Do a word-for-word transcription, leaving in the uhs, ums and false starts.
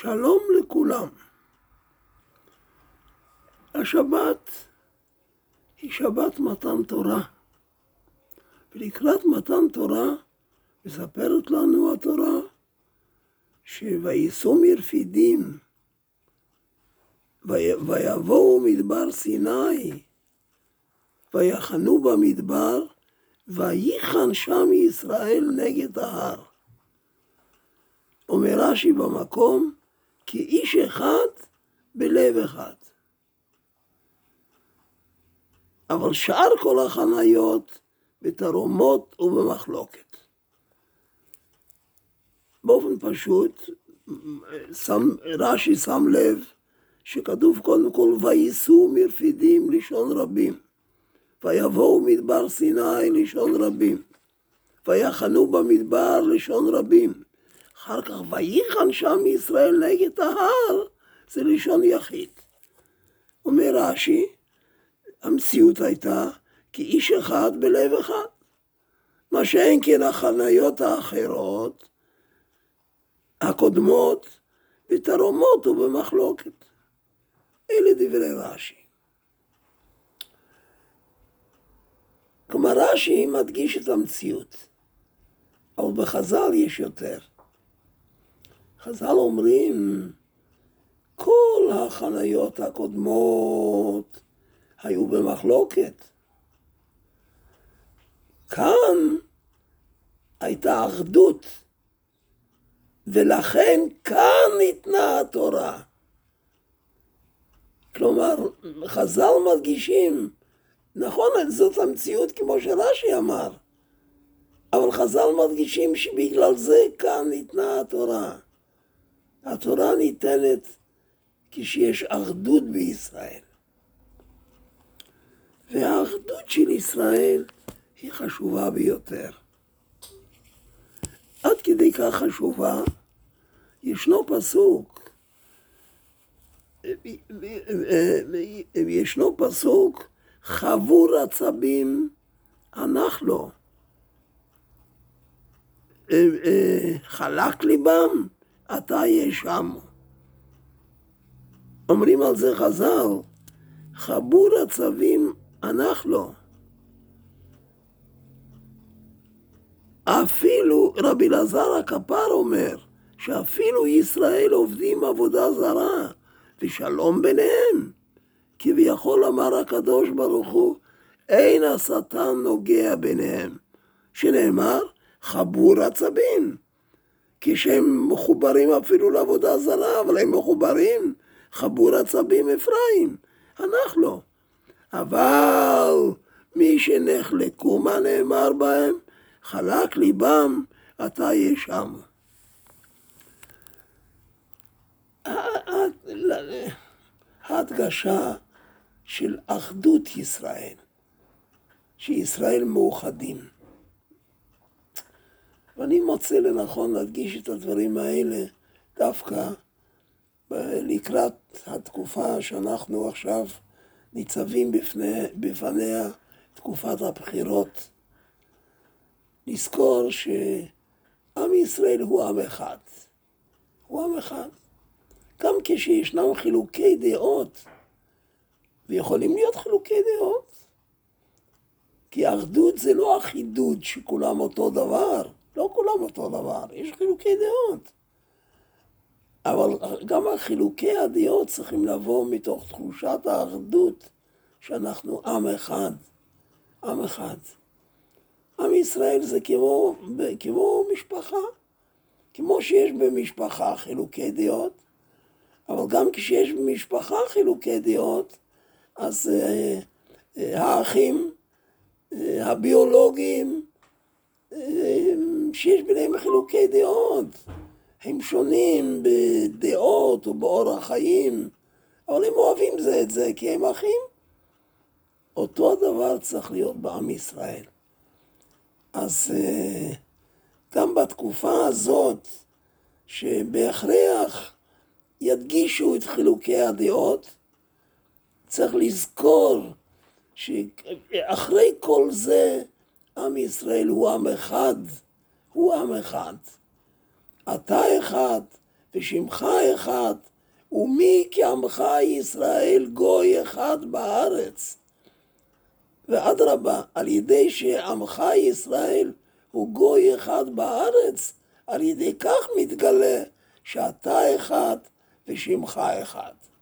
שלום לכולם. השבת היא שבת מתן תורה. ולקראת מתן תורה מספרת לנו התורה שויסעו מרפידים ויבואו מדבר סיני ויחנו במדבר ויחן שם ישראל נגד ההר. אומר רש"י במקום כי איש אחד בלב אחד. אבל שאר כל החניות בתרומות ובמחלוקת. באופן פשוט שם, רש"י שם לב שכתוב קודם כל וייסעו מרפידים לשון רבים, ויבואו מדבר סיני לשון רבים, ויחנו במדבר לשון רבים. אחר כך ויחן שם ישראל נגד ההר, זה לשון יחיד. אומר רש"י, המציאות הייתה כי איש אחד בלב אחד. מה שאין כן החניות האחרות, הקודמות, בתרומות ובמחלוקת. אלה דברי רש"י. כלומר רש"י מדגיש את המציאות, אבל בחז"ל יש יותר. חז"ל אומרים, כל החניות הקודמות היו במחלוקת. כאן הייתה אחדות, ולכן כאן ניתנה התורה. כלומר, חז"ל מדגישים, נכון, זאת המציאות כמו שרש"י אמר, אבל חז"ל מדגישים שבגלל זה כאן ניתנה התורה. התורה ניתנת כשיש אחדות בישראל. והאחדות של ישראל היא חשובה ביותר. עד כדי כך חשובה, ישנו פסוק, ישנו פסוק, חבור עצבים הנח לו. חלק ליבם, אתה ישמו. אומרים על זה חז"ל, חבור עצבים הנח לו. אפילו רבי אלעזר הכפר אומר, שאפילו ישראל עובדים עבודה זרה, ושלום ביניהם. כביכול אמר הקדוש ברוך הוא, אין השטן נוגע ביניהם. שנאמר, חבור עצבים. כשהם מחוברים אפילו לעבודה זרה, אבל הם מחוברים, חבור עצבים אפרים, הנח לו. אבל מי שנחלקו מה נאמר בהם, חלק ליבם, אתה ישמו. ההדגשה של אחדות ישראל, שישראל מאוחדים. ואני מוצא לנכון להדגיש את הדברים האלה דווקא לקראת התקופה שאנחנו עכשיו ניצבים בפני, בפניה, תקופת הבחירות. נזכור שעם ישראל הוא עם אחד. הוא עם אחד. גם כשישנם חילוקי דעות, ויכולים להיות חילוקי דעות, כי האחדות זה לא אחידות שכולם אותו דבר. לא כולם אותו דבר, יש חילוקי דעות. אבל גם החילוקי הדעות צריכים לבוא מתוך תחושת האחדות, שאנחנו עם אחד. עם אחד. עם ישראל זה כמו, כמו משפחה. כמו שיש במשפחה חילוקי דעות, אבל גם כשיש במשפחה חילוקי דעות, אז אה, אה, האחים, אה, הביולוגיים, אה, שיש ביניהם חילוקי דעות. הם שונים בדעות ובאורח חיים, אבל הם אוהבים זה את זה כי הם אחים. אותו הדבר צריך להיות בעם ישראל. אז גם בתקופה הזאת, שבהכרח ידגישו את חילוקי הדעות, צריך לזכור שאחרי כל זה, עם ישראל הוא עם אחד, הוא עם אחד. אתה אחד ושמך אחד, ומי כי עמך ישראל גוי אחד בארץ. ואדרבה, על ידי שעמך ישראל הוא גוי אחד בארץ, על ידי כך מתגלה שאתה אחד ושמך אחד.